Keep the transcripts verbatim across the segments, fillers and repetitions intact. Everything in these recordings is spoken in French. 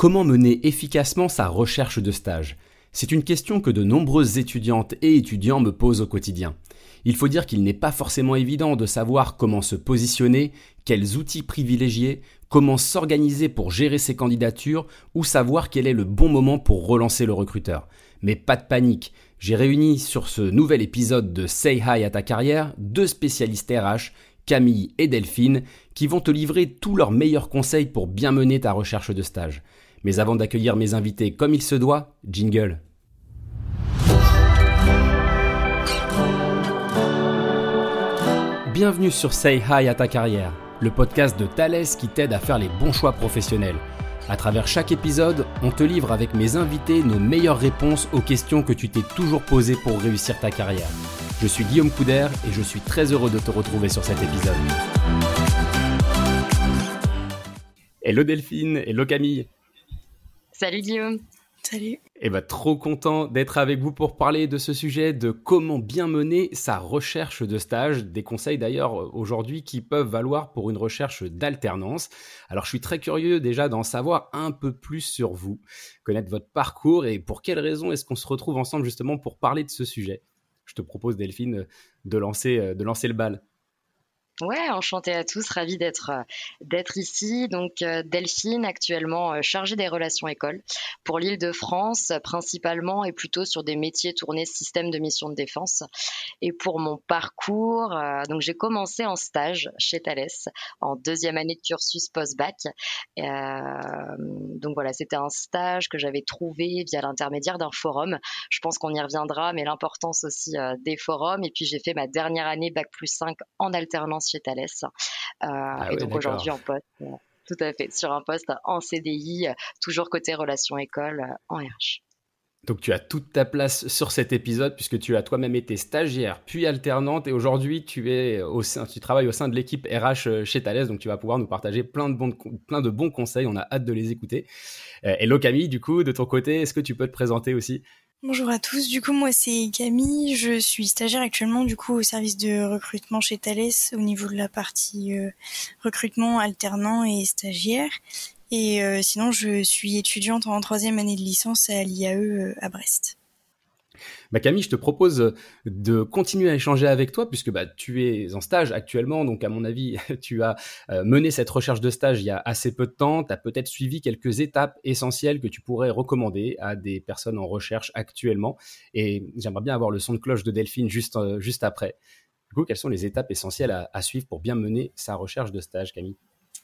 Comment mener efficacement sa recherche de stage ? C'est une question que de nombreuses étudiantes et étudiants me posent au quotidien. Il faut dire qu'il n'est pas forcément évident de savoir comment se positionner, quels outils privilégier, comment s'organiser pour gérer ses candidatures ou savoir quel est le bon moment pour relancer le recruteur. Mais pas de panique, j'ai réuni sur ce nouvel épisode de Say Hi à ta carrière deux spécialistes R H, Camille et Delphine, qui vont te livrer tous leurs meilleurs conseils pour bien mener ta recherche de stage. Mais avant d'accueillir mes invités comme il se doit, jingle. Bienvenue sur Say Hi à ta carrière, le podcast de Thales qui t'aide à faire les bons choix professionnels. À travers chaque épisode, on te livre avec mes invités nos meilleures réponses aux questions que tu t'es toujours posées pour réussir ta carrière. Je suis Guillaume Couder et je suis très heureux de te retrouver sur cet épisode. Hello Delphine, hello Camille. Salut Guillaume. Salut. Et bah, trop content d'être avec vous pour parler de ce sujet, de comment bien mener sa recherche de stage. Des conseils d'ailleurs aujourd'hui qui peuvent valoir pour une recherche d'alternance. Alors je suis très curieux déjà d'en savoir un peu plus sur vous, connaître votre parcours et pour quelles raisons est-ce qu'on se retrouve ensemble justement pour parler de ce sujet. Je te propose Delphine de lancer, de lancer le bal. Ouais, enchantée à tous, ravie d'être d'être ici. Donc euh, Delphine, actuellement euh, chargée des relations écoles pour l'Île-de-France, principalement et plutôt sur des métiers tournés système de mission de défense. Et pour mon parcours, euh, donc j'ai commencé en stage chez Thales en deuxième année de cursus post-bac. Euh, donc voilà, c'était un stage que j'avais trouvé via l'intermédiaire d'un forum. Je pense qu'on y reviendra, mais l'importance aussi euh, des forums. Et puis j'ai fait ma dernière année bac plus cinq en alternance chez Thales. Euh, ah et ouais, donc d'accord. aujourd'hui en poste, euh, tout à fait, sur un poste en C D I, euh, toujours côté relations école euh, en R H. Donc tu as toute ta place sur cet épisode puisque tu as toi-même été stagiaire puis alternante et aujourd'hui tu es au sein, tu travailles au sein de l'équipe R H chez Thales, donc tu vas pouvoir nous partager plein de bons, plein de bons conseils, on a hâte de les écouter. Euh, hello Camille, du coup de ton côté, est-ce que tu peux te présenter aussi ? Bonjour à tous, du coup moi c'est Camille, je suis stagiaire actuellement du coup au service de recrutement chez Thales au niveau de la partie euh, recrutement, alternant et stagiaire. Et euh, sinon je suis étudiante en troisième année de licence à l'I A E euh, à Brest. Bah Camille, je te propose de continuer à échanger avec toi puisque bah, tu es en stage actuellement, donc à mon avis, tu as euh, mené cette recherche de stage il y a assez peu de temps, tu as peut-être suivi quelques étapes essentielles que tu pourrais recommander à des personnes en recherche actuellement et j'aimerais bien avoir le son de cloche de Delphine juste, euh, juste après. Du coup, quelles sont les étapes essentielles à, à suivre pour bien mener sa recherche de stage, Camille ?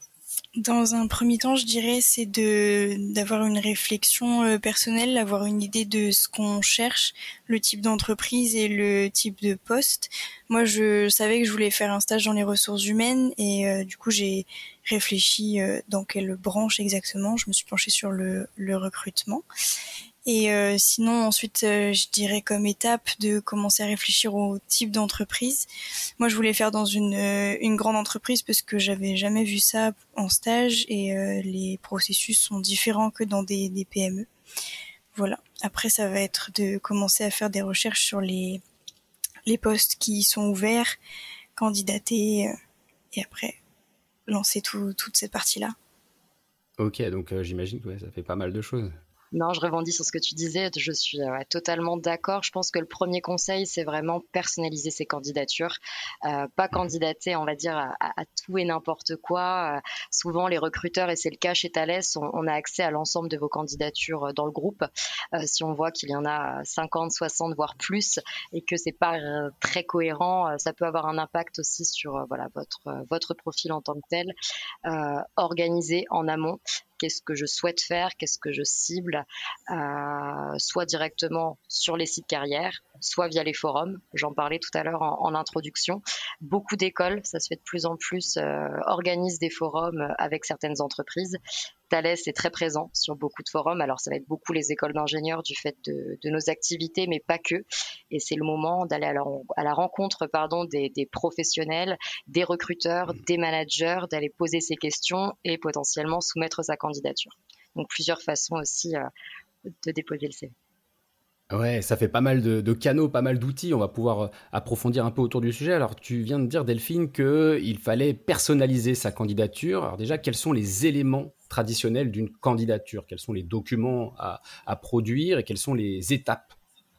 Dans un premier temps, je dirais, c'est de d'avoir une réflexion euh, personnelle, avoir une idée de ce qu'on cherche, le type d'entreprise et le type de poste. Moi, je savais que je voulais faire un stage dans les ressources humaines et euh, du coup, j'ai réfléchi euh, dans quelle branche exactement. Je me suis penchée sur le, le recrutement. Et euh, sinon, ensuite, euh, je dirais comme étape de commencer à réfléchir au type d'entreprise. Moi, je voulais faire dans une euh, une grande entreprise parce que j'avais jamais vu ça en stage et euh, les processus sont différents que dans des, des P M E. Voilà. Après, ça va être de commencer à faire des recherches sur les les postes qui sont ouverts, candidater euh, et après lancer tout, toute cette partie-là. Ok, donc euh, j'imagine que ouais, ça fait pas mal de choses. Non, je rebondis sur ce que tu disais, je suis euh, totalement d'accord. Je pense que le premier conseil, c'est vraiment personnaliser ses candidatures. Euh, pas candidater, on va dire, à, à tout et n'importe quoi. Euh, souvent, les recruteurs, et c'est le cas chez Thales, on, on a accès à l'ensemble de vos candidatures dans le groupe. Euh, si on voit qu'il y en a cinquante, soixante, voire plus, et que c'est pas euh, très cohérent, euh, ça peut avoir un impact aussi sur euh, voilà, votre, euh, votre profil en tant que tel. Euh, organiser en amont. Qu'est-ce que je souhaite faire, qu'est-ce que je cible, euh, soit directement sur les sites carrières, soit via les forums. J'en parlais tout à l'heure en, en introduction. Beaucoup d'écoles, ça se fait de plus en plus, euh, organisent des forums avec certaines entreprises. Thales est très présent sur beaucoup de forums. Alors, ça va être beaucoup les écoles d'ingénieurs du fait de, de nos activités, mais pas que. Et c'est le moment d'aller à la, à la rencontre pardon, des, des professionnels, des recruteurs, des managers, d'aller poser ses questions et potentiellement soumettre sa candidature. Donc, plusieurs façons aussi euh, de déposer le C V. Ouais, ça fait pas mal de, de canaux, pas mal d'outils. On va pouvoir euh, approfondir un peu autour du sujet. Alors, tu viens de dire, Delphine, qu'il fallait personnaliser sa candidature. Alors déjà, quels sont les éléments traditionnels d'une candidature? Quels sont les documents à, à produire et quelles sont les étapes?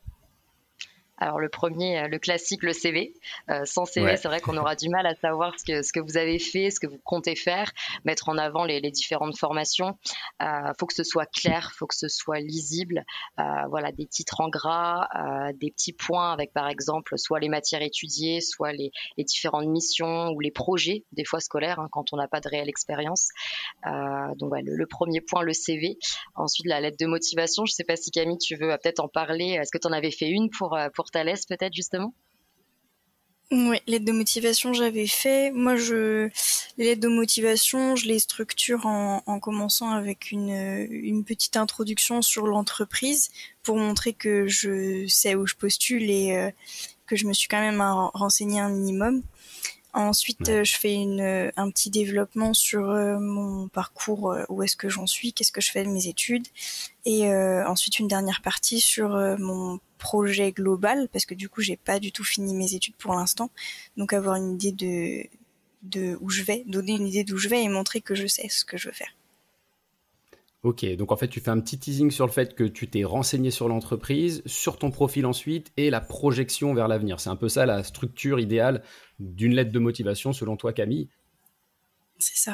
Alors le premier, le classique, le C V. Euh, sans C V, Ouais. c'est vrai qu'on aura du mal à savoir ce que, ce que vous avez fait, ce que vous comptez faire, mettre en avant les, les différentes formations. Il euh, faut que ce soit clair, faut que ce soit lisible. Euh, voilà, des titres en gras, euh, des petits points avec par exemple soit les matières étudiées, soit les, les différentes missions ou les projets, des fois scolaires, hein, quand on n'a pas de réelle expérience. Euh, donc ouais, le, le premier point, le C V. Ensuite, la lettre de motivation. Je ne sais pas si Camille, tu veux peut-être en parler. Est-ce que tu en avais fait une pour, pour Thalès peut-être justement? Oui, lettre de motivation, j'avais fait. Moi, je les lettres de motivation, je les structure en, en commençant avec une, une petite introduction sur l'entreprise pour montrer que je sais où je postule et euh, que je me suis quand même renseignée un minimum. Ensuite, Ouais. euh, je fais une, un petit développement sur euh, mon parcours, euh, où est-ce que j'en suis, qu'est-ce que je fais de mes études. Et euh, ensuite, une dernière partie sur euh, mon projet global, parce que du coup, j'ai pas du tout fini mes études pour l'instant. Donc, avoir une idée de, de où je vais, donner une idée d'où je vais et montrer que je sais ce que je veux faire. Ok, donc en fait, tu fais un petit teasing sur le fait que tu t'es renseigné sur l'entreprise, sur ton profil ensuite, et la projection vers l'avenir. C'est un peu ça la structure idéale d'une lettre de motivation, selon toi, Camille. C'est ça.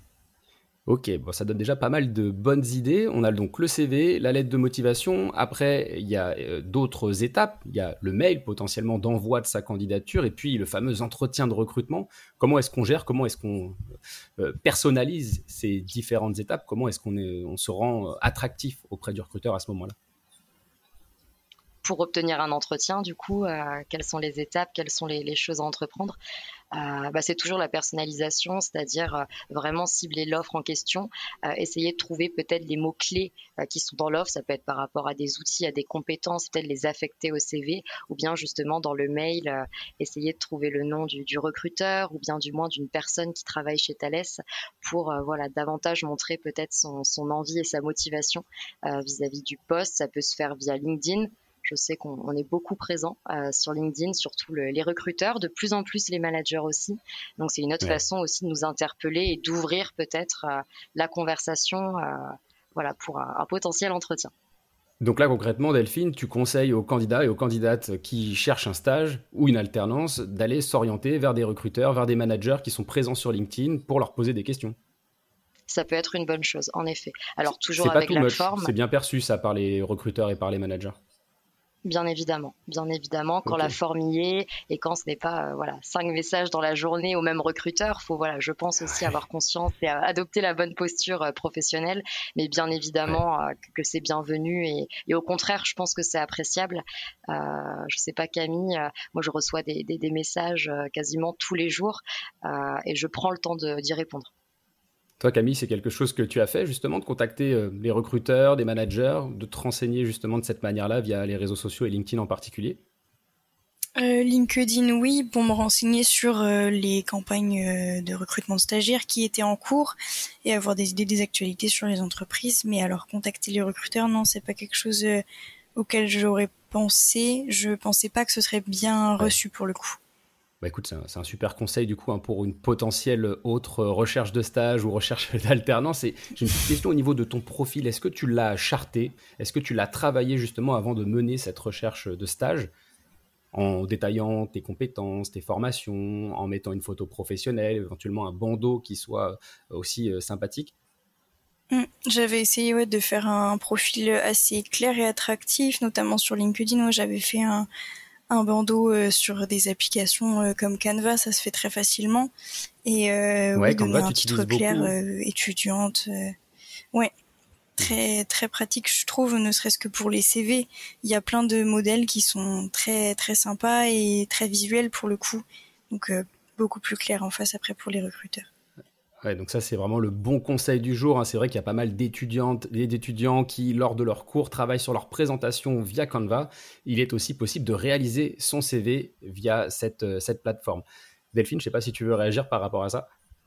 Ok, bon, ça donne déjà pas mal de bonnes idées. On a donc le C V, la lettre de motivation. Après, il y a euh, d'autres étapes. Il y a le mail potentiellement d'envoi de sa candidature et puis le fameux entretien de recrutement. Comment est-ce qu'on gère, comment est-ce qu'on euh, personnalise ces différentes étapes? Comment est-ce qu'on est, on se rend euh, attractif auprès du recruteur à ce moment-là? Pour obtenir un entretien, du coup, euh, quelles sont les étapes, quelles sont les, les choses à entreprendre? Euh, bah, c'est toujours la personnalisation, c'est-à-dire euh, vraiment cibler l'offre en question, euh, essayer de trouver peut-être les mots-clés euh, qui sont dans l'offre, ça peut être par rapport à des outils, à des compétences, peut-être les affecter au C V, ou bien justement dans le mail, euh, essayer de trouver le nom du, du recruteur, ou bien du moins d'une personne qui travaille chez Thalès, pour euh, voilà, davantage montrer peut-être son, son envie et sa motivation euh, vis-à-vis du poste. Ça peut se faire via LinkedIn. Je sais qu'on on est beaucoup présent euh, sur LinkedIn, surtout le, les recruteurs, de plus en plus les managers aussi. Donc c'est une autre Ouais. façon aussi de nous interpeller et d'ouvrir peut-être euh, la conversation, euh, voilà, pour un, un potentiel entretien. Donc là, concrètement, Delphine, tu conseilles aux candidats et aux candidates qui cherchent un stage ou une alternance d'aller s'orienter vers des recruteurs, vers des managers qui sont présents sur LinkedIn pour leur poser des questions. Ça peut être une bonne chose, en effet. C'est Alors toujours c'est pas avec too la much, forme. c'est bien perçu ça par les recruteurs et par les managers. Bien évidemment, bien évidemment, quand Ok. la forme y est et quand ce n'est pas euh, voilà cinq messages dans la journée au même recruteur, faut voilà, je pense aussi avoir conscience et euh, adopter la bonne posture euh, professionnelle, mais bien Ouais. évidemment euh, que, que c'est bienvenu et, et au contraire, je pense que c'est appréciable. Euh, je sais pas Camille, euh, moi je reçois des, des, des messages euh, quasiment tous les jours euh, et je prends le temps de, d'y répondre. Toi, Camille, c'est quelque chose que tu as fait justement, de contacter euh, les recruteurs, des managers, de te renseigner justement de cette manière-là via les réseaux sociaux et LinkedIn en particulier. Euh, LinkedIn, oui, pour me renseigner sur euh, les campagnes euh, de recrutement de stagiaires qui étaient en cours et avoir des idées des actualités sur les entreprises. Mais alors, contacter les recruteurs, non, c'est pas quelque chose euh, auquel j'aurais pensé. Je pensais pas que ce serait bien Ouais. reçu pour le coup. Bah écoute, c'est un, c'est un super conseil du coup hein, pour une potentielle autre recherche de stage ou recherche d'alternance. Et j'ai une petite question au niveau de ton profil. Est-ce que tu l'as charté? Est-ce que tu l'as travaillé justement avant de mener cette recherche de stage en détaillant tes compétences, tes formations, en mettant une photo professionnelle, éventuellement un bandeau qui soit aussi euh, sympathique? Mm. J'avais essayé ouais, de faire un profil assez clair et attractif, notamment sur LinkedIn. Ouais, j'avais fait un, un bandeau euh, sur des applications euh, comme Canva, ça se fait très facilement. Et euh, Ouais, oui, donner Canva, un tu titre utilises clair, beaucoup. euh, étudiante. Euh, ouais, Mhm. très très pratique, je trouve, ne serait-ce que pour les C V. Il y a plein de modèles qui sont très très sympas et très visuels pour le coup. Donc euh, beaucoup plus clair en face après pour les recruteurs. Ouais, donc ça, c'est vraiment le bon conseil du jour, hein. C'est vrai qu'il y a pas mal d'étudiantes et d'étudiants qui, lors de leurs cours, travaillent sur leur présentation via Canva. Il est aussi possible de réaliser son C V via cette, euh, cette plateforme. Delphine, je ne sais pas si tu veux réagir par rapport à ça.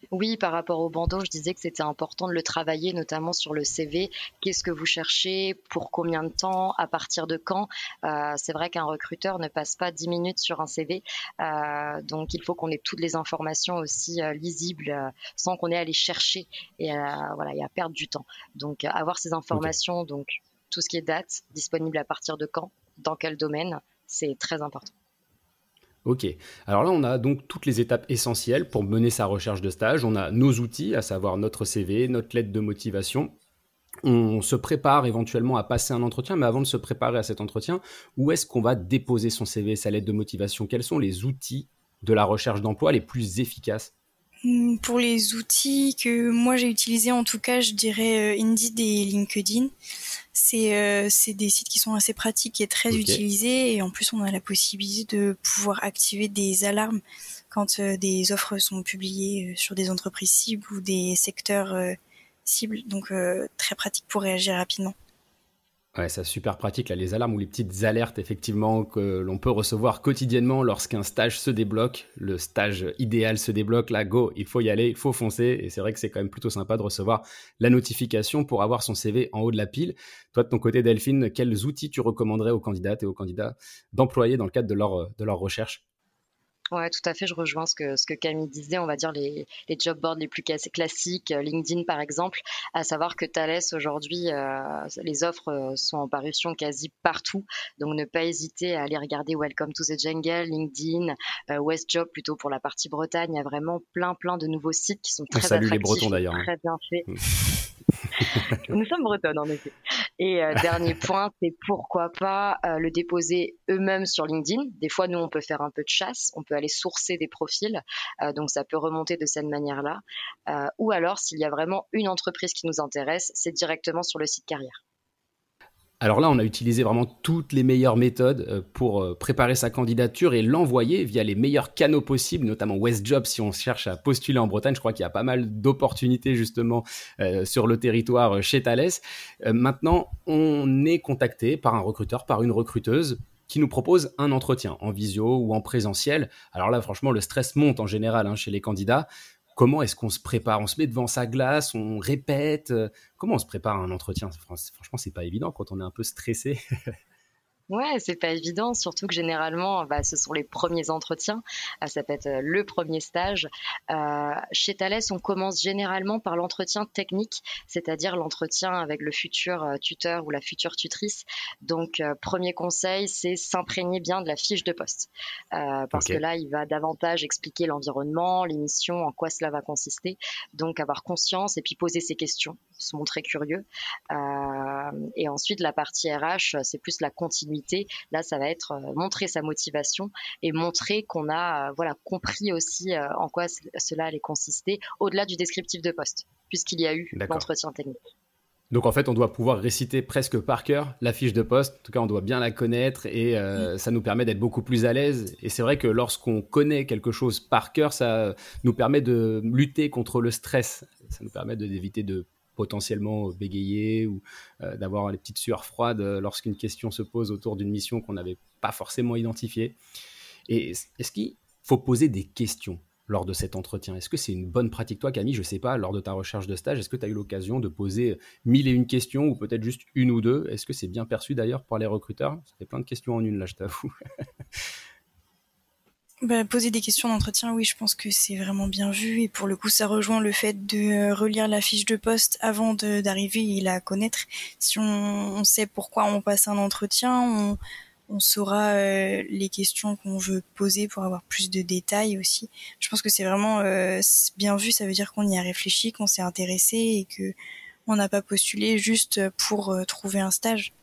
Oui, par rapport au bandeau, je disais que c'était important de le travailler, notamment sur le C V. Qu'est-ce que vous cherchez? Pour combien de temps? À partir de quand? Euh, c'est vrai qu'un recruteur ne passe pas dix minutes sur un C V. Euh, donc, il faut qu'on ait toutes les informations aussi euh, lisibles euh, sans qu'on ait à les chercher et à, voilà, et à perdre du temps. Donc, euh, avoir ces Ok. informations, donc tout ce qui est date, disponible à partir de quand, dans quel domaine, c'est très important. Ok. Alors là, on a donc toutes les étapes essentielles pour mener sa recherche de stage. On a nos outils, à savoir notre C V, notre lettre de motivation. On se prépare éventuellement à passer un entretien, mais avant de se préparer à cet entretien, où est-ce qu'on va déposer son C V, sa lettre de motivation? Quels sont les outils de la recherche d'emploi les plus efficaces? Hum, Pour les outils que moi j'ai utilisés, en tout cas, je dirais euh, Indeed et LinkedIn. C'est euh, c'est des sites qui sont assez pratiques et très Ok. utilisés. Et en plus, on a la possibilité de pouvoir activer des alarmes quand euh, des offres sont publiées euh, sur des entreprises cibles ou des secteurs euh, cibles. Donc, euh, très pratique pour réagir rapidement. Ouais, c'est super pratique, là, les alarmes ou les petites alertes, effectivement, que l'on peut recevoir quotidiennement lorsqu'un stage se débloque. Le stage idéal se débloque, là, go, il faut y aller, il faut foncer. Et c'est vrai que c'est quand même plutôt sympa de recevoir la notification pour avoir son C V en haut de la pile. Toi, de ton côté, Delphine, quels outils tu recommanderais aux candidates et aux candidats d'employer dans le cadre de leur, de leur recherche? Ouais, tout à fait, je rejoins ce que, ce que Camille disait, on va dire les, les job boards les plus cas- classiques, euh, LinkedIn par exemple, à savoir que Thales aujourd'hui, euh, les offres euh, sont en parution quasi partout, donc ne pas hésiter à aller regarder Welcome to the Jungle, LinkedIn, euh, WestJob plutôt pour la partie Bretagne, il y a vraiment plein plein de nouveaux sites qui sont On très salue les Bretons attractifs et d'ailleurs, hein. très bien faits. Nous sommes bretonnes, en effet. Et euh, dernier point, c'est pourquoi pas euh, le déposer eux-mêmes sur LinkedIn. Des fois, nous, on peut faire un peu de chasse, on peut aller sourcer des profils, euh, donc ça peut remonter de cette manière-là. Euh, ou alors, s'il y a vraiment une entreprise qui nous intéresse, c'est directement sur le site carrière. Alors là, on a utilisé vraiment toutes les meilleures méthodes euh, pour euh, préparer sa candidature et l'envoyer via les meilleurs canaux possibles, notamment WestJob si on cherche à postuler en Bretagne. Je crois qu'il y a pas mal d'opportunités justement euh, sur le territoire euh, chez Thales. Euh, maintenant, on est contacté par un recruteur, par une recruteuse qui nous propose un entretien en visio ou en présentiel. Alors là, franchement, le stress monte en général hein, chez les candidats. Comment est-ce qu'on se prépare? On se met devant sa glace, on répète. euh, Comment on se prépare à un entretien? Franchement, c'est pas évident quand on est un peu stressé. Ouais, c'est pas évident, surtout que généralement, bah, ce sont les premiers entretiens. Ah, ça peut être euh, le premier stage. Euh, chez Thales, on commence généralement par l'entretien technique, c'est-à-dire l'entretien avec le futur euh, tuteur ou la future tutrice. Donc, euh, premier conseil, c'est s'imprégner bien de la fiche de poste, Euh, parce Ok, que là, il va davantage expliquer l'environnement, les missions, en quoi cela va consister. Donc, avoir conscience et puis poser ses questions, se montrer curieux. Euh, et ensuite, la partie R H, c'est plus la continuité. Là, ça va être euh, montrer sa motivation et montrer qu'on a euh, voilà, compris aussi euh, en quoi c- cela allait consister, au-delà du descriptif de poste, puisqu'il y a eu d'accord. l'entretien technique. Donc en fait, on doit pouvoir réciter presque par cœur la fiche de poste. En tout cas, on doit bien la connaître et euh, ça nous permet d'être beaucoup plus à l'aise. Et c'est vrai que lorsqu'on connaît quelque chose par cœur, ça nous permet de lutter contre le stress. Ça nous permet de- d'éviter de potentiellement bégayer ou euh, d'avoir les petites sueurs froides euh, lorsqu'une question se pose autour d'une mission qu'on n'avait pas forcément identifiée. Et est-ce qu'il faut poser des questions lors de cet entretien? Est-ce que c'est une bonne pratique, toi, Camille? Je ne sais pas, lors de ta recherche de stage, est-ce que tu as eu l'occasion de poser mille et une questions ou peut-être juste une ou deux? Est-ce que c'est bien perçu d'ailleurs par les recruteurs? Ça fait plein de questions en une, là, je t'avoue. Bah, poser des questions d'entretien, oui, je pense que c'est vraiment bien vu. Et pour le coup, ça rejoint le fait de euh, relire la fiche de poste avant de, d'arriver et la connaître. Si on, on sait pourquoi on passe un entretien, on, on saura euh, les questions qu'on veut poser pour avoir plus de détails aussi. Je pense que c'est vraiment euh, c'est bien vu. Ça veut dire qu'on y a réfléchi, qu'on s'est intéressé et que on n'a pas postulé juste pour euh, trouver un stage.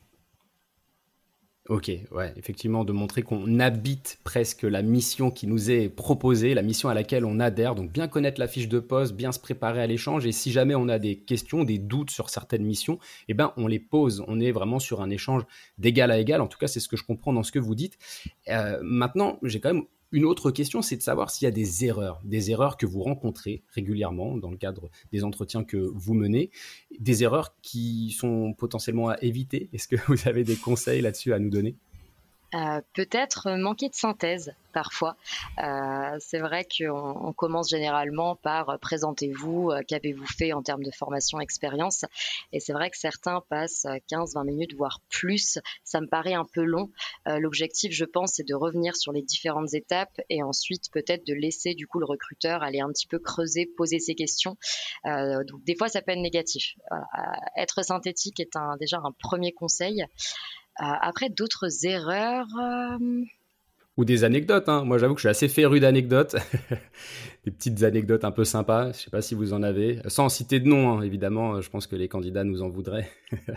Ok, ouais, effectivement, de montrer qu'on habite presque la mission qui nous est proposée, la mission à laquelle on adhère. Donc, bien connaître la fiche de poste, bien se préparer à l'échange. Et si jamais on a des questions, des doutes sur certaines missions, eh ben, on les pose. On est vraiment sur un échange d'égal à égal. En tout cas, c'est ce que je comprends dans ce que vous dites. Euh, maintenant, j'ai quand même une autre question, c'est de savoir s'il y a des erreurs, des erreurs que vous rencontrez régulièrement dans le cadre des entretiens que vous menez, des erreurs qui sont potentiellement à éviter. Est-ce que vous avez des conseils là-dessus à nous donner? Euh, peut-être manquer de synthèse parfois. Euh, c'est vrai qu'on on commence généralement par euh, présentez-vous, euh, qu'avez-vous fait en termes de formation, expérience. Et c'est vrai que certains passent quinze vingt minutes, voire plus. Ça me paraît un peu long. Euh, l'objectif, je pense, c'est de revenir sur les différentes étapes et ensuite peut-être de laisser du coup le recruteur aller un petit peu creuser, poser ses questions. Euh, donc des fois, ça peut être négatif. Voilà. Être synthétique est un, déjà un premier conseil. Euh, après, d'autres erreurs. euh, Ou des anecdotes, hein. Moi, j'avoue que je suis assez féru d'anecdotes. Des petites anecdotes un peu sympas. Je ne sais pas si vous en avez. Sans citer de nom, hein, évidemment. Je pense que les candidats nous en voudraient.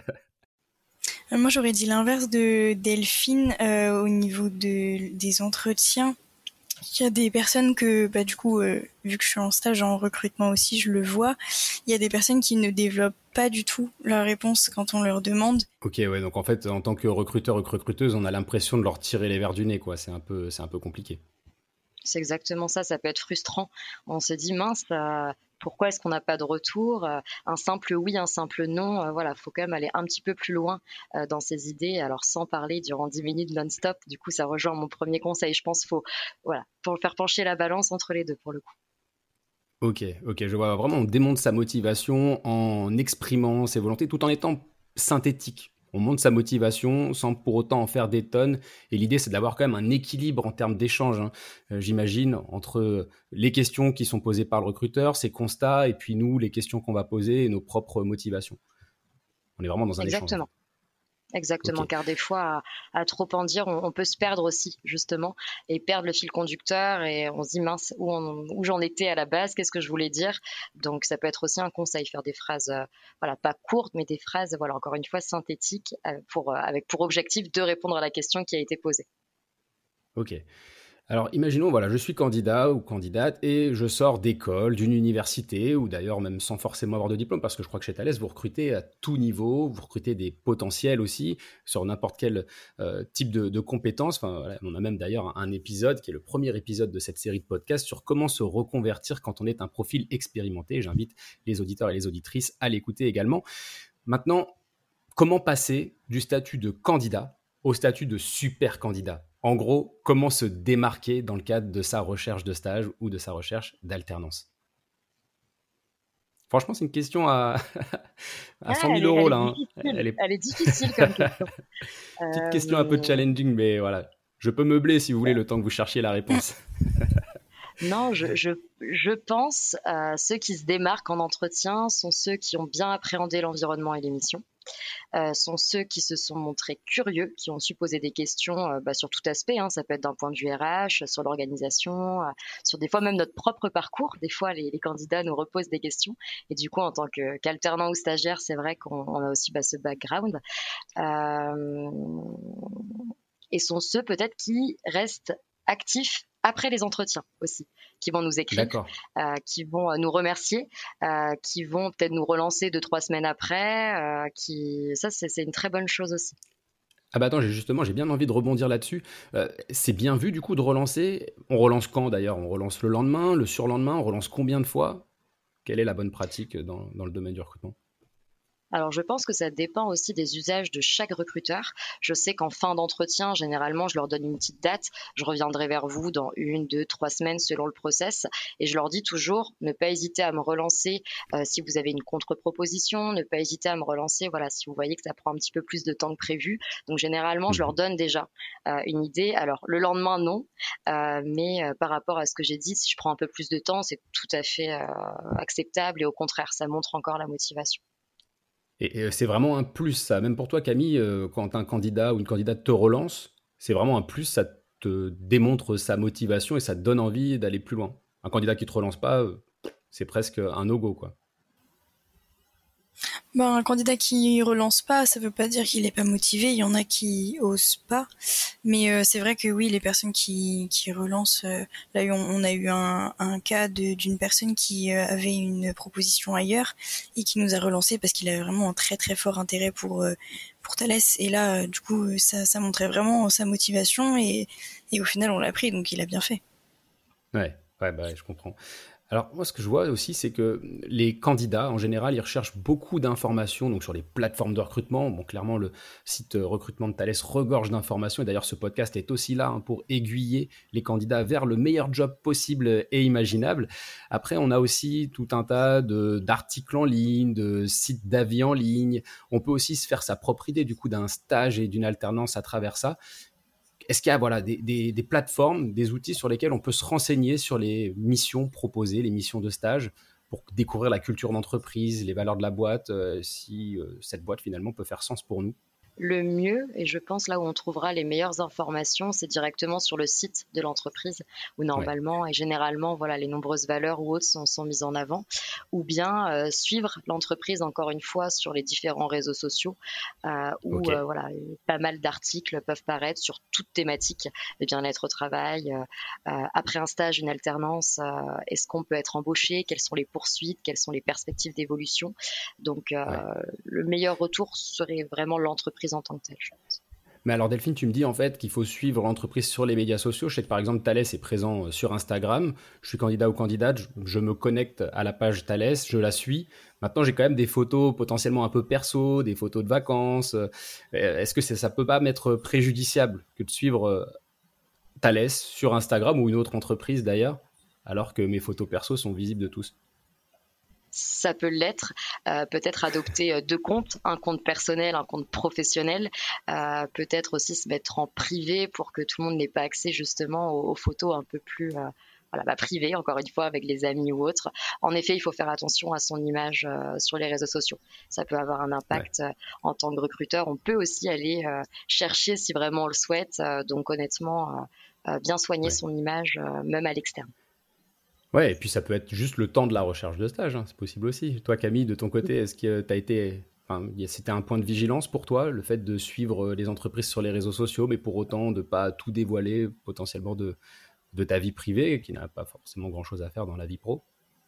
Euh, Moi, j'aurais dit l'inverse de Delphine euh, au niveau de, des entretiens. Il y a des personnes que, bah, du coup, euh, vu que je suis en stage en recrutement aussi, je le vois. Il y a des personnes qui ne développent pas du tout leur réponse quand on leur demande. Ok, ouais. Donc en fait, en tant que recruteur ou que recruteuse, on a l'impression de leur tirer les vers du nez, quoi. C'est un peu, c'est un peu compliqué. C'est exactement ça, ça peut être frustrant. On se dit, mince, euh, pourquoi est-ce qu'on n'a pas de retour? Euh, Un simple oui, un simple non, euh, voilà, faut quand même aller un petit peu plus loin euh, dans ses idées. Alors sans parler durant dix minutes non-stop, du coup ça rejoint mon premier conseil. Je pense qu'il faut, voilà, pour faire pencher la balance entre les deux pour le coup. Ok, ok, je vois. Vraiment, on démonte sa motivation en exprimant ses volontés tout en étant synthétique. On monte sa motivation sans pour autant en faire des tonnes. Et l'idée, c'est d'avoir quand même un équilibre en termes d'échange, hein. Euh, j'imagine, entre les questions qui sont posées par le recruteur, ses constats, et puis nous, les questions qu'on va poser et nos propres motivations. On est vraiment dans un échange, en fait. Exactement. Exactement, Ok. car des fois, à, à trop en dire, on, on peut se perdre aussi, justement, et perdre le fil conducteur, et on se dit, mince, où, on- où j'en étais à la base, qu'est-ce que je voulais dire. Donc, ça peut être aussi un conseil, faire des phrases, euh, voilà, pas courtes, mais des phrases, voilà, encore une fois, synthétiques, euh, pour, euh, avec pour objectif de répondre à la question qui a été posée. Ok. Alors, imaginons, voilà, je suis candidat ou candidate et je sors d'école, d'une université, ou d'ailleurs même sans forcément avoir de diplôme, parce que je crois que chez Thales, vous recrutez à tout niveau, vous recrutez des potentiels aussi, sur n'importe quel euh, type de, de compétences. Enfin, voilà, on a même d'ailleurs un épisode, qui est le premier épisode de cette série de podcasts, sur comment se reconvertir quand on est un profil expérimenté. J'invite les auditeurs et les auditrices à l'écouter également. Maintenant, comment passer du statut de candidat au statut de super candidat? En gros, comment se démarquer dans le cadre de sa recherche de stage ou de sa recherche d'alternance? Franchement, c'est une question à, à Ah, cent elle mille est, elle euros est là, hein. difficile, Elle est elle est difficile comme question. petite question un peu Euh, challenging, mais voilà. Je peux meubler si vous voulez le temps que vous cherchiez la réponse. Non, je, je, je pense euh, ceux qui se démarquent en entretien sont ceux qui ont bien appréhendé l'environnement et les missions, euh, sont ceux qui se sont montrés curieux, qui ont su poser des questions euh, bah, sur tout aspect, hein. Ça peut être d'un point de vue R H, sur l'organisation, euh, sur des fois même notre propre parcours. Des fois, les, les candidats nous reposent des questions. Et du coup, en tant que, qu'alternant ou stagiaire, c'est vrai qu'on on a aussi bah, ce background. Euh, et sont ceux peut-être qui restent actifs après les entretiens aussi, qui vont nous écrire, D'accord. euh, qui vont nous remercier, euh, qui vont peut-être nous relancer deux, trois semaines après. Euh, qui... Ça, c'est, c'est une très bonne chose aussi. Ah bah attends, j'ai justement, j'ai bien envie de rebondir là-dessus. Euh, c'est bien vu du coup de relancer. On relance quand d'ailleurs? On relance le lendemain, le surlendemain, on relance combien de fois? Quelle est la bonne pratique dans, dans le domaine du recrutement? Alors, je pense que ça dépend aussi des usages de chaque recruteur. Je sais qu'en fin d'entretien, généralement, je leur donne une petite date. Je reviendrai vers vous dans une, deux, trois semaines selon le process. Et je leur dis toujours, ne pas hésiter à me relancer euh, si vous avez une contre-proposition, ne pas hésiter à me relancer, voilà, si vous voyez que ça prend un petit peu plus de temps que prévu. Donc, généralement, je leur Mhm. donne déjà euh, une idée. Alors, le lendemain, non. Euh, mais euh, par rapport à ce que j'ai dit, si je prends un peu plus de temps, c'est tout à fait euh, acceptable. Et au contraire, ça montre encore la motivation. Et, et c'est vraiment un plus, ça. Même pour toi, Camille, euh, quand un candidat ou une candidate te relance, c'est vraiment un plus, ça te démontre sa motivation et ça te donne envie d'aller plus loin. Un candidat qui te relance pas, euh, c'est presque un no-go, quoi. Ben, un candidat qui relance pas, ça veut pas dire qu'il est pas motivé. Il y en a qui osent pas. Mais euh, c'est vrai que oui, les personnes qui, qui relancent, euh, là on, on a eu un, un cas de- d'une personne qui euh, avait une proposition ailleurs et qui nous a relancé parce qu'il avait vraiment un très très fort intérêt pour euh, pour Thalès. Et là, euh, du coup, euh, ça, ça montrait vraiment sa motivation et, et au final, on l'a pris, donc il a bien fait. Ouais, ouais, bah, ouais, je comprends. Alors moi, ce que je vois aussi, c'est que les candidats, en général, ils recherchent beaucoup d'informations donc sur les plateformes de recrutement. Bon, clairement, le site euh, recrutement de Thales regorge d'informations. Et d'ailleurs, ce podcast est aussi là hein, pour aiguiller les candidats vers le meilleur job possible et imaginable. Après, on a aussi tout un tas de, d'articles en ligne, de sites d'avis en ligne. On peut aussi se faire sa propre idée du coup d'un stage et d'une alternance à travers ça. Est-ce qu'il y a voilà, des, des, des plateformes, des outils sur lesquels on peut se renseigner sur les missions proposées, les missions de stage, pour découvrir la culture d'entreprise, les valeurs de la boîte, euh, si euh, cette boîte finalement peut faire sens pour nous? Le mieux, et je pense là où on trouvera les meilleures informations, c'est directement sur le site de l'entreprise, où Ouais, normalement et généralement, voilà, les nombreuses valeurs ou autres sont, sont mises en avant, ou bien euh, suivre l'entreprise encore une fois sur les différents réseaux sociaux, euh, où ok. euh, voilà, pas mal d'articles peuvent paraître sur toute thématique, le bien-être au travail, euh, euh, après un stage, une alternance, euh, est-ce qu'on peut être embauché, quelles sont les poursuites, quelles sont les perspectives d'évolution. Donc euh, Ouais. le meilleur retour serait vraiment l'entreprise en tant que telle, je pense. Mais alors Delphine, tu me dis en fait qu'il faut suivre l'entreprise sur les médias sociaux. Je sais que par exemple Thales est présent euh, sur Instagram. Je suis candidat ou candidate, je, je me connecte à la page Thales, je la suis. Maintenant, j'ai quand même des photos potentiellement un peu perso, des photos de vacances. Euh, Est-ce que c'est- ça peut pas m'être préjudiciable que de suivre euh, Thales sur Instagram ou une autre entreprise d'ailleurs, alors que mes photos perso sont visibles de tous? Ça peut l'être, euh, peut-être adopter euh, deux comptes, un compte personnel, un compte professionnel, euh, peut-être aussi se mettre en privé pour que tout le monde n'ait pas accès justement aux, aux photos un peu plus euh, voilà, bah, privées, encore une fois, avec les amis ou autres. En effet, il faut faire attention à son image euh, sur les réseaux sociaux. Ça peut avoir un Ouais. impact euh, en tant que recruteur. On peut aussi aller euh, chercher si vraiment on le souhaite. Euh, donc honnêtement, euh, euh, bien soigner Ouais. son image, euh, même à l'externe. Ouais, et puis ça peut être juste le temps de la recherche de stage, hein, c'est possible aussi. Toi, Camille, de ton côté, est-ce que tu as été, enfin, y a- c'était un point de vigilance pour toi, le fait de suivre euh, les entreprises sur les réseaux sociaux, mais pour autant de pas tout dévoiler potentiellement de, de ta vie privée, qui n'a pas forcément grand-chose à faire dans la vie pro?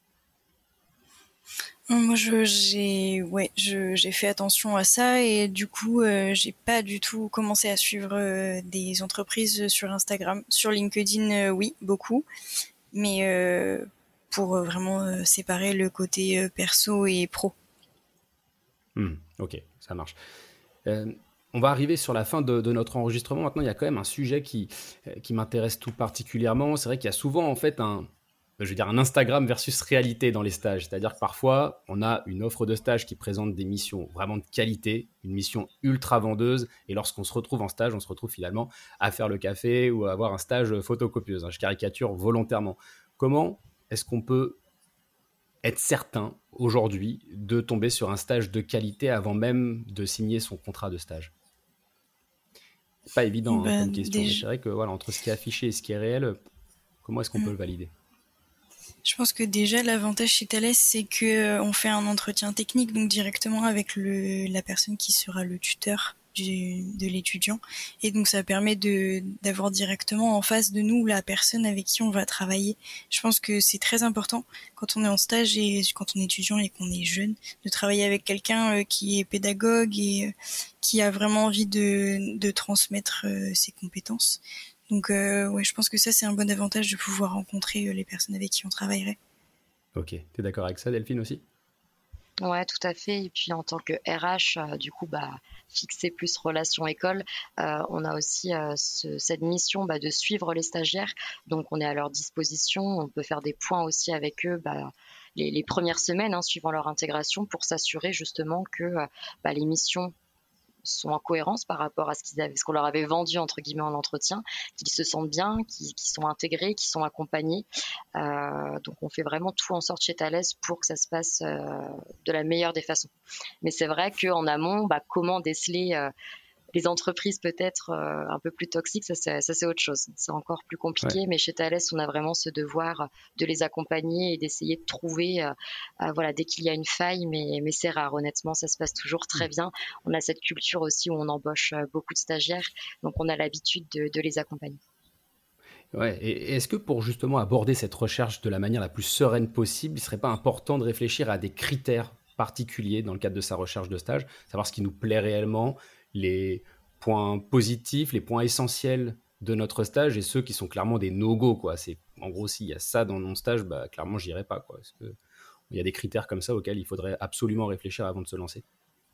Moi, je, j'ai, ouais, je, j'ai fait attention à ça et du coup, euh, j'ai pas du tout commencé à suivre euh, des entreprises sur Instagram. Sur LinkedIn, euh, oui, beaucoup, mais euh, pour euh, vraiment euh, séparer le côté euh, perso et pro. Hmm, ok, ça marche. Euh, on va arriver sur la fin de, de notre enregistrement. Maintenant, il y a quand même un sujet qui, euh, qui m'intéresse tout particulièrement. C'est vrai qu'il y a souvent en fait un, je veux dire, un Instagram versus réalité dans les stages. C'est-à-dire que parfois, on a une offre de stage qui présente des missions vraiment de qualité, une mission ultra vendeuse. Et lorsqu'on se retrouve en stage, on se retrouve finalement à faire le café ou à avoir un stage photocopieuse. Je caricature volontairement. Comment est-ce qu'on peut être certain aujourd'hui de tomber sur un stage de qualité avant même de signer son contrat de stage? C'est pas évident hein, Bah, comme question, mais déjà, c'est vrai que voilà, entre ce qui est affiché et ce qui est réel, comment est-ce qu'on peut le valider? je pense que déjà l'avantage chez Thales, c'est que euh, on fait un entretien technique donc directement avec le la personne qui sera le tuteur du, de l'étudiant et donc ça permet de d'avoir directement en face de nous la personne avec qui on va travailler. Je pense que c'est très important quand on est en stage et quand on est étudiant et qu'on est jeune de travailler avec quelqu'un euh, qui est pédagogue et euh, qui a vraiment envie de de transmettre euh, ses compétences. Donc euh, ouais, je pense que ça c'est un bon avantage de pouvoir rencontrer euh, les personnes avec qui on travaillerait. Ok, t'es d'accord avec ça, Delphine aussi? Ouais, tout à fait. Et puis en tant que R H, euh, du coup, bah, fixer plus relation école, euh, on a aussi euh, ce- cette mission bah, de suivre les stagiaires. Donc on est à leur disposition. On peut faire des points aussi avec eux bah, les, les premières semaines, hein, suivant leur intégration, pour s'assurer justement que euh, bah, les missions sont en cohérence par rapport à ce qu'ils avaient, ce qu'on leur avait vendu entre guillemets en entretien, qu'ils se sentent bien, qu'ils, qu'ils sont intégrés, qu'ils sont accompagnés. Euh, donc on fait vraiment tout en sorte chez Thales pour que ça se passe euh, de la meilleure des façons. Mais c'est vrai qu'en amont, bah, comment déceler euh, les entreprises peut-être euh, un peu plus toxiques, ça c'est, ça c'est autre chose. C'est encore plus Ouais. compliqué, mais chez Thales, on a vraiment ce devoir de les accompagner et d'essayer de trouver, euh, euh, voilà, dès qu'il y a une faille, mais, mais c'est rare, honnêtement, ça se passe toujours très bien. On a cette culture aussi où on embauche euh, beaucoup de stagiaires, donc on a l'habitude de, de les accompagner. Ouais. Et est-ce que pour justement aborder cette recherche de la manière la plus sereine possible, il serait pas important de réfléchir à des critères particuliers dans le cadre de sa recherche de stage, savoir ce qui nous plaît réellement, les points positifs, les points essentiels de notre stage et ceux qui sont clairement des no-go, quoi. C'est en gros, s'il y a ça dans mon stage, bah, clairement, j'irai pas, quoi. Parce que il y a des critères comme ça auxquels il faudrait absolument réfléchir avant de se lancer.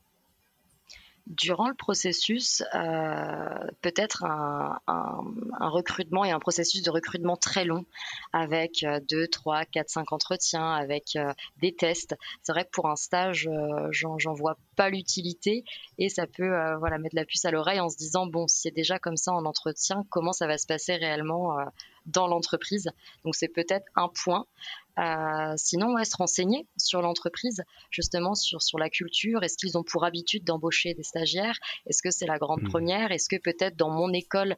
Durant le processus, euh, peut-être un, un, un recrutement et un processus de recrutement très long avec deux, trois, quatre, cinq entretiens, avec euh, des tests. C'est vrai que pour un stage, euh, j'en, j'en vois pas l'utilité et ça peut euh, voilà, mettre la puce à l'oreille en se disant, bon, si c'est déjà comme ça en entretien, comment ça va se passer réellement euh, dans l'entreprise? Donc c'est peut-être un point. Euh, sinon, ouais, se renseigner sur l'entreprise, justement sur, sur la culture. Est-ce qu'ils ont pour habitude d'embaucher des stagiaires? Est-ce que c'est la grande mmh. première? Est-ce que peut-être dans mon école,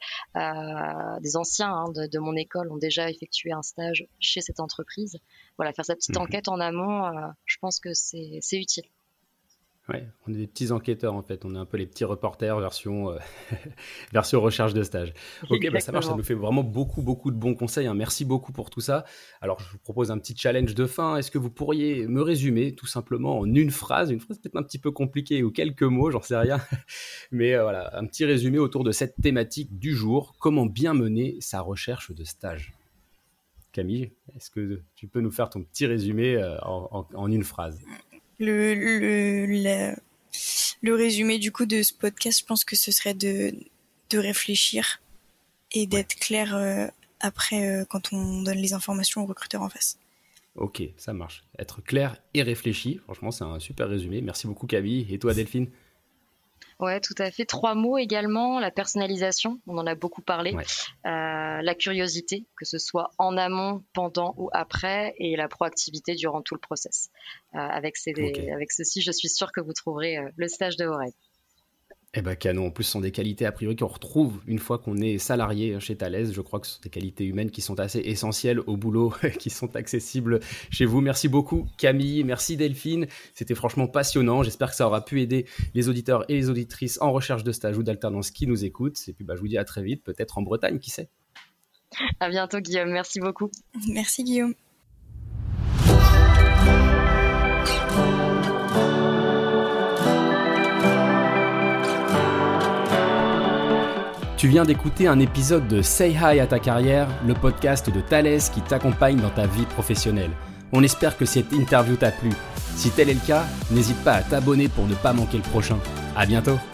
euh, des anciens hein, de, de mon école ont déjà effectué un stage chez cette entreprise? Voilà, faire sa petite mmh. enquête en amont, euh, je pense que c'est, c'est utile. Ouais, on est des petits enquêteurs en fait, on est un peu les petits reporters version, euh, version recherche de stage. Ok, bah ça marche, ça nous fait vraiment beaucoup, beaucoup de bons conseils, hein. Merci beaucoup pour tout ça. Alors je vous propose un petit challenge de fin. Est-ce que vous pourriez me résumer tout simplement en une phrase, une phrase peut-être un petit peu compliquée ou quelques mots, j'en sais rien, mais euh, voilà, un petit résumé autour de cette thématique du jour, comment bien mener sa recherche de stage? Camille, est-ce que tu peux nous faire ton petit résumé euh, en, en, en une phrase? Le, le, le, le résumé du coup de ce podcast, je pense que ce serait de, de réfléchir et d'être ouais. clair euh, après euh, quand on donne les informations au recruteur en face. Ok, ça marche. Être clair et réfléchi, franchement c'est un super résumé. Merci beaucoup Camille. Et toi Delphine? Ouais, tout à fait. Trois mots également, la personnalisation, on en a beaucoup parlé, ouais. euh, la curiosité, que ce soit en amont, pendant ou après, et la proactivité durant tout le process. Euh, avec, ces, okay. avec ceci, je suis sûre que vous trouverez euh, le stage de vos rêves. Eh ben canon, en plus ce sont des qualités a priori qu'on retrouve une fois qu'on est salarié chez Thales. Je crois que ce sont des qualités humaines qui sont assez essentielles au boulot, qui sont accessibles chez vous. Merci beaucoup Camille, merci Delphine, c'était franchement passionnant. J'espère que ça aura pu aider les auditeurs et les auditrices en recherche de stage ou d'alternance qui nous écoutent. Et puis bah, je vous dis à très vite, peut-être en Bretagne, qui sait. À bientôt Guillaume, merci beaucoup. Merci Guillaume. Tu viens d'écouter un épisode de Say Hi à ta carrière, le podcast de Thales qui t'accompagne dans ta vie professionnelle. On espère que cette interview t'a plu. Si tel est le cas, n'hésite pas à t'abonner pour ne pas manquer le prochain. À bientôt.